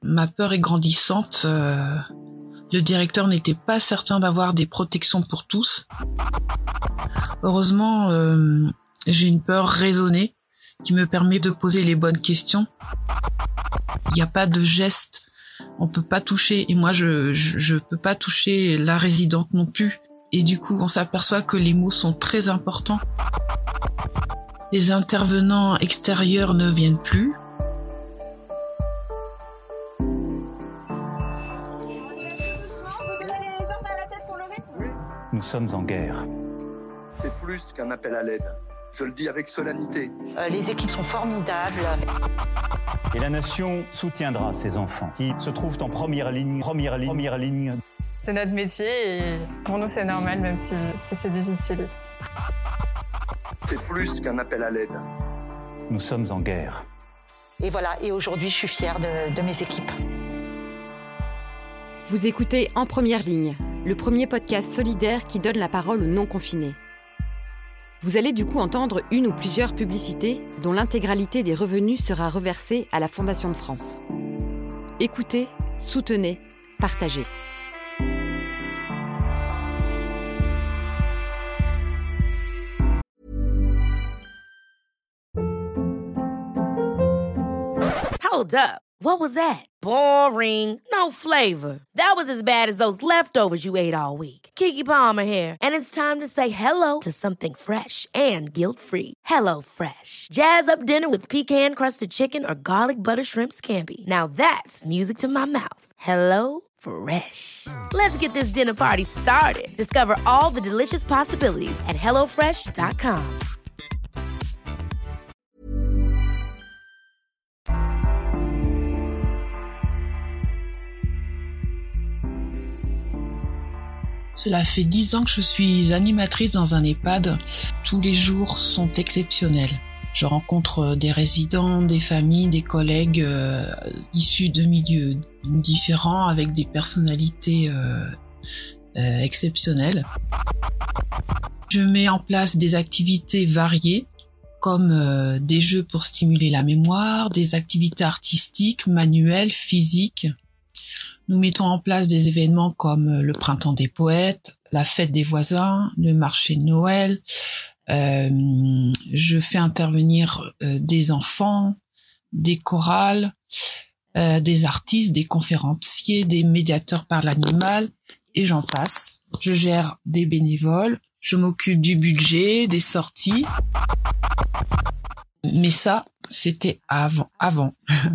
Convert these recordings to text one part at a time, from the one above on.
Ma peur est grandissante. Le directeur n'était pas certain d'avoir des protections pour tous. Heureusement, j'ai une peur raisonnée qui me permet de poser les bonnes questions. Il n'y a pas de geste, on peut pas toucher. Et moi, je peux pas toucher la résidente non plus. Et du coup, on s'aperçoit que les mots sont très importants. Les intervenants extérieurs ne viennent plus. Nous sommes en guerre. C'est plus qu'un appel à l'aide. Je le dis avec solennité. Les équipes sont formidables. Et la nation soutiendra ces enfants qui se trouvent en première ligne. C'est notre métier et pour nous c'est normal même si c'est difficile. C'est plus qu'un appel à l'aide. Nous sommes en guerre. Et voilà, et aujourd'hui je suis fière de mes équipes. Vous écoutez En Première Ligne, le premier podcast solidaire qui donne la parole aux non-confinés. Vous allez du coup entendre une ou plusieurs publicités dont l'intégralité des revenus sera reversée à la Fondation de France. Écoutez, soutenez, partagez. Hold up. What was that? Boring. No flavor. That was as bad as those leftovers you ate all week. Keke Palmer here, and it's time to say hello to something fresh and guilt-free. Hello Fresh. Jazz up dinner with pecan-crusted chicken or garlic butter shrimp scampi. Now that's music to my mouth. Hello Fresh. Let's get this dinner party started. Discover all the delicious possibilities at hellofresh.com. Cela fait 10 ans que je suis animatrice dans un EHPAD. Tous les jours sont exceptionnels. Je rencontre des résidents, des familles, des collègues issus de milieux différents avec des personnalités exceptionnelles. Je mets en place des activités variées comme des jeux pour stimuler la mémoire, des activités artistiques, manuelles, physiques. Nous mettons en place des événements comme le Printemps des poètes, la fête des voisins, le marché de Noël. Je fais intervenir des enfants, des chorales, des artistes, des conférenciers, des médiateurs par l'animal, et j'en passe. Je gère des bénévoles, je m'occupe du budget, des sorties. Mais ça, c'était avant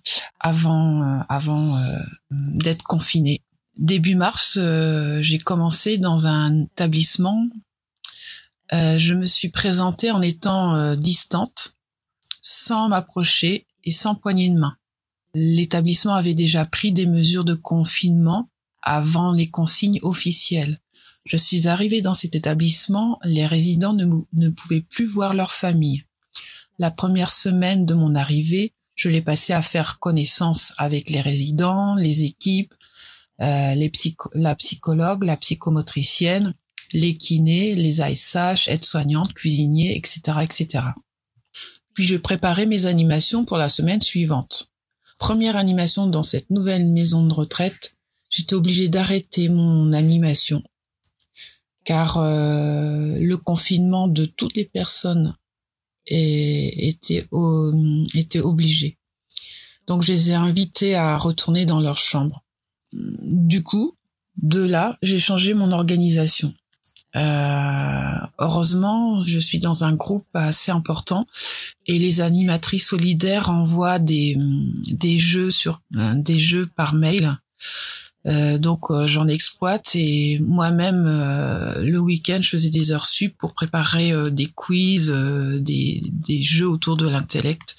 d'être confinée. Début mars, j'ai commencé dans un établissement. Je me suis présentée en étant distante, sans m'approcher et sans poignée de main. L'établissement avait déjà pris des mesures de confinement avant les consignes officielles. Je suis arrivée dans cet établissement, les résidents ne pouvaient plus voir leur famille. La première semaine de mon arrivée, je l'ai passée à faire connaissance avec les résidents, les équipes, la psychologue, la psychomotricienne, les kinés, les ASH, aides-soignantes, cuisiniers, etc., etc. Puis je préparais mes animations pour la semaine suivante. Première animation dans cette nouvelle maison de retraite, j'étais obligée d'arrêter mon animation car le confinement de toutes les personnes était obligé. Donc je les ai invités à retourner dans leur chambre. Du coup, de là, j'ai changé mon organisation. Heureusement, je suis dans un groupe assez important et les animatrices solidaires envoient des jeux par mail. Donc j'en exploite et moi-même le week-end je faisais des heures sup pour préparer des quiz, des jeux autour de l'intellect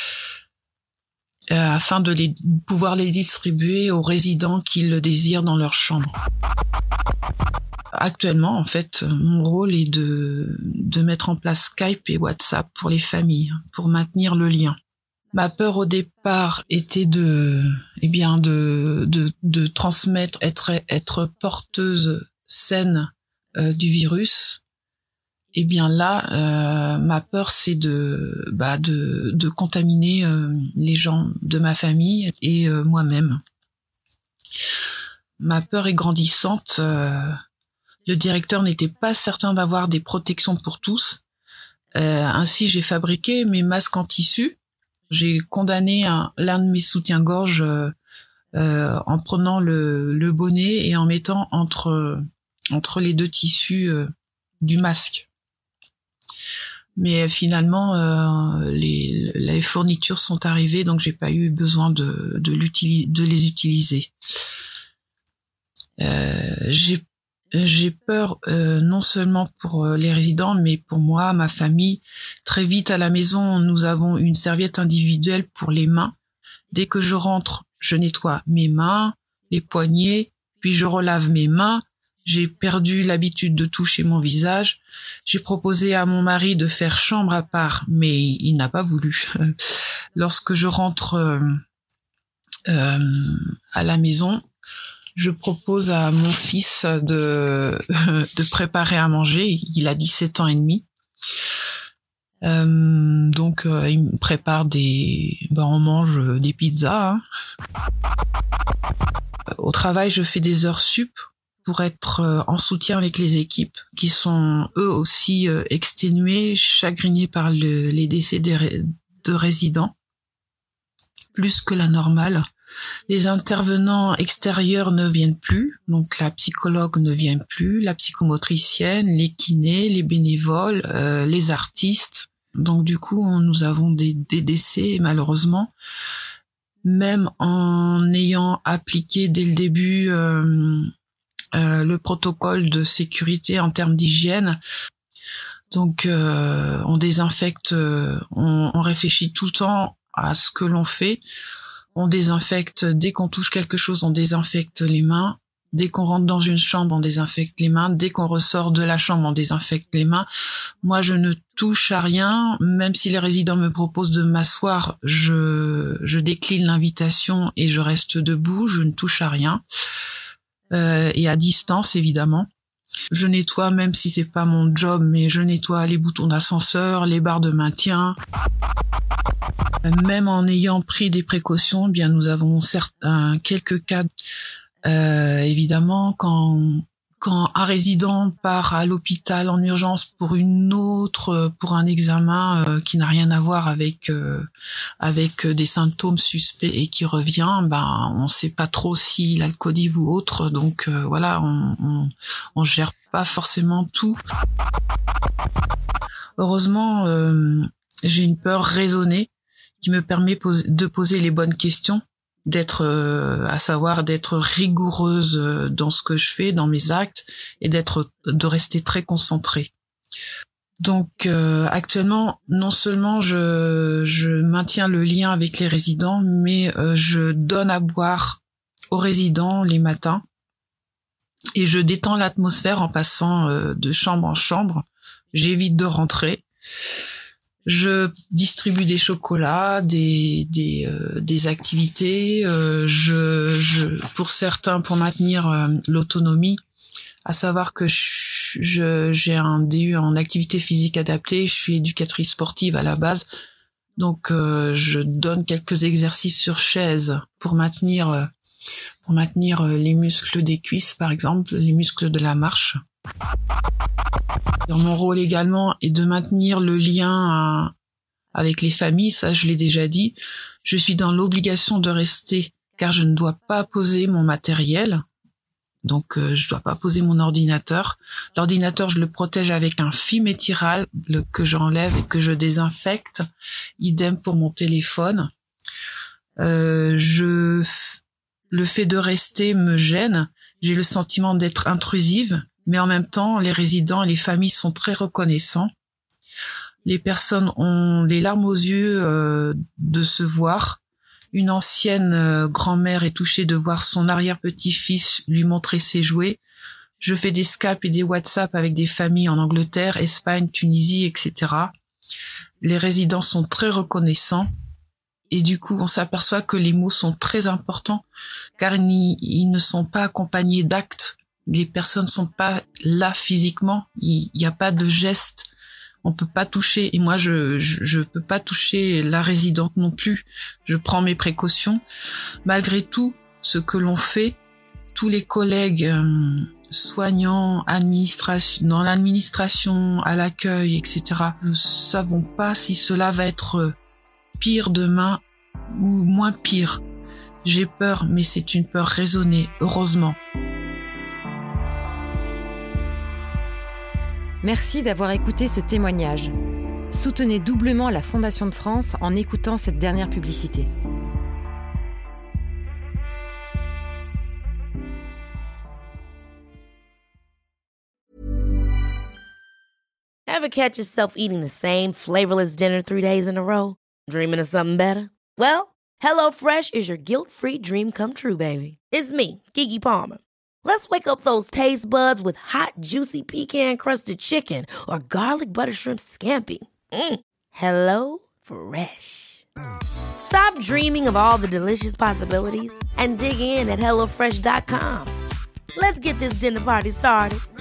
afin de pouvoir les distribuer aux résidents qui le désirent dans leur chambre. Actuellement, en fait, mon rôle est de mettre en place Skype et WhatsApp pour les familles, pour maintenir le lien. Ma peur au départ était de transmettre, être porteuse saine du virus. Eh bien là, ma peur c'est de contaminer les gens de ma famille et moi-même. ma peur est grandissante. Le directeur n'était pas certain d'avoir des protections pour tous. Ainsi, j'ai fabriqué mes masques en tissu. J'ai condamné l'un de mes soutiens-gorge en prenant le bonnet et en mettant entre les deux tissus du masque. Mais finalement, les fournitures sont arrivées, donc j'ai pas eu besoin de les utiliser. J'ai peur non seulement pour les résidents, mais pour moi, ma famille. Très vite à la maison, nous avons une serviette individuelle pour les mains. Dès que je rentre, je nettoie mes mains, les poignets, puis je relave mes mains. J'ai perdu l'habitude de toucher mon visage. J'ai proposé à mon mari de faire chambre à part, mais il n'a pas voulu. Lorsque je rentre à la maison, je propose à mon fils de préparer à manger. Il a 17 ans et demi. Donc il me prépare on mange des pizzas. Hein. Au travail, je fais des heures sup pour être en soutien avec les équipes qui sont eux aussi exténués, chagrinés par les décès de résidents, plus que la normale. Les intervenants extérieurs ne viennent plus, donc la psychologue ne vient plus, la psychomotricienne, les kinés, les bénévoles, les artistes. Donc du coup, nous avons des décès malheureusement. Même en ayant appliqué dès le début le protocole de sécurité en termes d'hygiène. Donc on désinfecte, on réfléchit tout le temps à ce que l'on fait. On désinfecte, dès qu'on touche quelque chose, on désinfecte les mains. Dès qu'on rentre dans une chambre, on désinfecte les mains. Dès qu'on ressort de la chambre, on désinfecte les mains. Moi, je ne touche à rien. Même si les résidents me proposent de m'asseoir, je décline l'invitation et je reste debout. Je ne touche à rien. Et à distance, évidemment. Je nettoie, même si c'est pas mon job, mais je nettoie les boutons d'ascenseur, les barres de maintien. Même en ayant pris des précautions, bien nous avons quelques cas. Évidemment, quand un résident part à l'hôpital en urgence pour un examen qui n'a rien à voir avec des symptômes suspects et qui revient, on sait pas trop s'il a le Covid ou autre, donc voilà, on gère pas forcément tout. Heureusement, j'ai une peur raisonnée qui me permet de poser les bonnes questions, à savoir d'être rigoureuse dans ce que je fais, dans mes actes, et de rester très concentrée. Donc actuellement, non seulement je maintiens le lien avec les résidents, mais je donne à boire aux résidents les matins et je détends l'atmosphère en passant de chambre en chambre. J'évite de rentrer. Je distribue des chocolats, des activités. Pour certains, pour maintenir l'autonomie, à savoir que j'ai un DU en activité physique adaptée. Je suis éducatrice sportive à la base, donc je donne quelques exercices sur chaise pour maintenir les muscles des cuisses, par exemple, les muscles de la marche. Mon rôle également est de maintenir le lien avec les familles, ça je l'ai déjà dit. Je suis dans l'obligation de rester car je ne dois pas poser mon matériel, donc je dois pas poser mon ordinateur. L'ordinateur, je le protège avec un film étirable que j'enlève et que je désinfecte. Idem pour mon téléphone. Le fait de rester me gêne. J'ai le sentiment d'être intrusive. Mais en même temps, les résidents et les familles sont très reconnaissants. Les personnes ont les larmes aux yeux de se voir. Une ancienne grand-mère est touchée de voir son arrière-petit-fils lui montrer ses jouets. Je fais des Skype et des WhatsApp avec des familles en Angleterre, Espagne, Tunisie, etc. Les résidents sont très reconnaissants. Et du coup, on s'aperçoit que les mots sont très importants car ils ne sont pas accompagnés d'actes. Les personnes sont pas là physiquement, il n'y a pas de geste, on peut pas toucher, et moi je peux pas toucher la résidente non plus. Je prends mes précautions. Malgré tout, ce que l'on fait, tous les collègues soignants, dans l'administration, à l'accueil, etc. Nous ne savons pas si cela va être pire demain ou moins pire. J'ai peur, mais c'est une peur raisonnée, heureusement. Merci d'avoir écouté ce témoignage. Soutenez doublement la Fondation de France en écoutant cette dernière publicité. Ever catch yourself eating the same flavorless dinner 3 days in a row? Dreaming of something better? Well, HelloFresh is your guilt-free dream come true, baby. It's me, Keke Palmer. Let's wake up those taste buds with hot, juicy pecan-crusted chicken or garlic butter shrimp scampi. Hello Fresh. Stop dreaming of all the delicious possibilities and dig in at HelloFresh.com. Let's get this dinner party started.